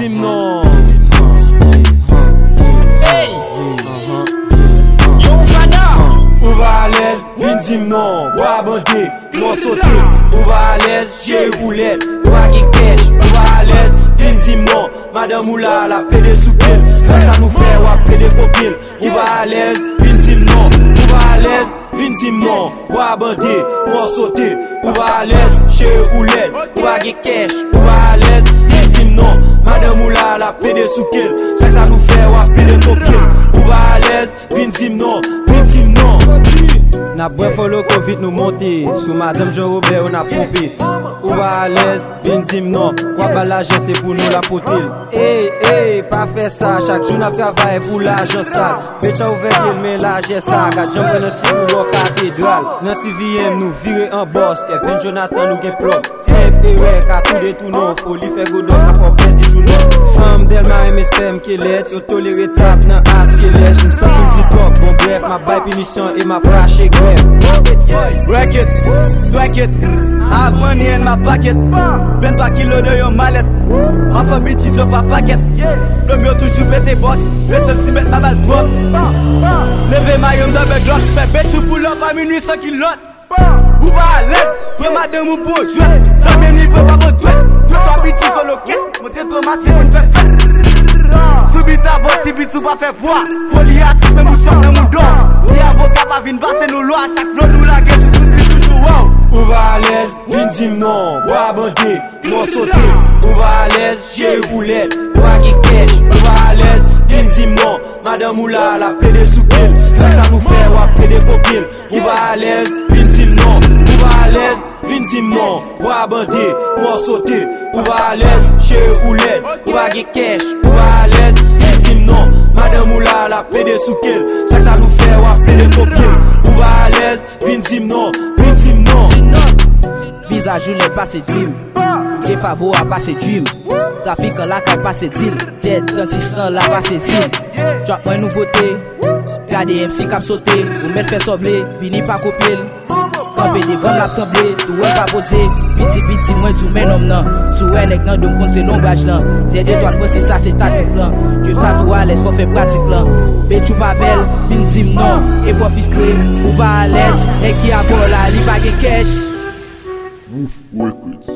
dim non. Hey, yo fada. Ou va à l'aise, vin dim non. Bois bandé, mon sauté. Ou va à l'aise, j'ai roulette. Ou va get cash, ou va à l'aise, vin dim non. Madame Oula la pédé sous pile. Ça nous fait ou après des copines. Ou va à l'aise, vin dim non. Ou va à l'aise, vin dim non. Bois bandé, mon sauté. Ou va à l'aise, j'ai roulette. Ou va get cash, ou va à l'aise, vin dim non. Madame Oula la pédé sous pile. Ça nous fait ou après des copines. Ou va à l'aise, vin dim non. Vin dim non. N'a pas follow Covid nous monter. Sous Madame Jean-Robert on a pompé. Ou va à l'aise, vin dim non. Quoi pas l'argent c'est pour nous la potile. Hey, pas faire ça. Chaque jour n'a travaillé pour l'argent sale. Bécha ouvert il met l'argent ça. Quand j'en prends notre petit ou cathédrale. Notre VM nous virer en boss. Kevin Jonathan nous gen plop. Simple et ouais, car tout détournon. Folie fait godon, n'a pas perdu jour non. Femme d'Elma et mes spermes qui l'est. Yo toléré tape nan as qui l'est. J'me sens un petit top. Bon bref, ma baille punition et ma prache grève. Wreck it, twack it. Have money in my pocket. 23 kilos de yon mallette. Alphabet is up a paquet. L'homme yo toujours pété box. 2 cm ma balle drop. Leve maillot double glock. Fait bête sous pull up à minuit 100 kilotes. Ou va à l'aise. Toi madame ou bon jouet. Dans même niveau pas bon douette. 2-3 bitches sur le caisse. Monter trop massé pour une faire fête. Subit ta vote si bit ou pas fait poids. Folie à type même ou chop dans mon dos. Si avocat pas vin passer nos lois. Chaque flot nous la gueule sur tout le toujours wow. Ou va à l'aise, vin dim non. Bois bandé, mon sauté. Ou va à l'aise, j'ai roulette. Ou va get cash, ou va à l'aise, vin dim non. Madame Oula la pédé sous pile. Ça nous fait ou après des copines. Ou va à l'aise, vin dim non. Ou va à l'aise, vin dim non. Bois bandé, mon sauté. Ou va à l'aise, j'ai roulette. Ou va get cash, ou va à l'aise, vin dim non. Madame Oula la pédé sous pile. Ça nous fait ou après des copines. Ou va à l'aise, vin dim non. Visage ou les passé dream. Les favoris à passer dream. Trafic en la caille passé deal. Z3600 la passé zil. Drop moi nouveauté. Gade MC cap sauté. Ou mettre fait sauver. Vini pas copier. Campé devant la tremblée. Tout est pas posé. Petit moi du men homme nan. Sous un nèg nan donc c'est l'ombrage là. C'est étoile moi si ça c'est tatique là. Je ça tout à l'aise faut faire pratique là. Béchou pas belle. Vin dim non. Et profistre. Ou pas à l'aise. Et qui a volé li pas cash. Wolf Records.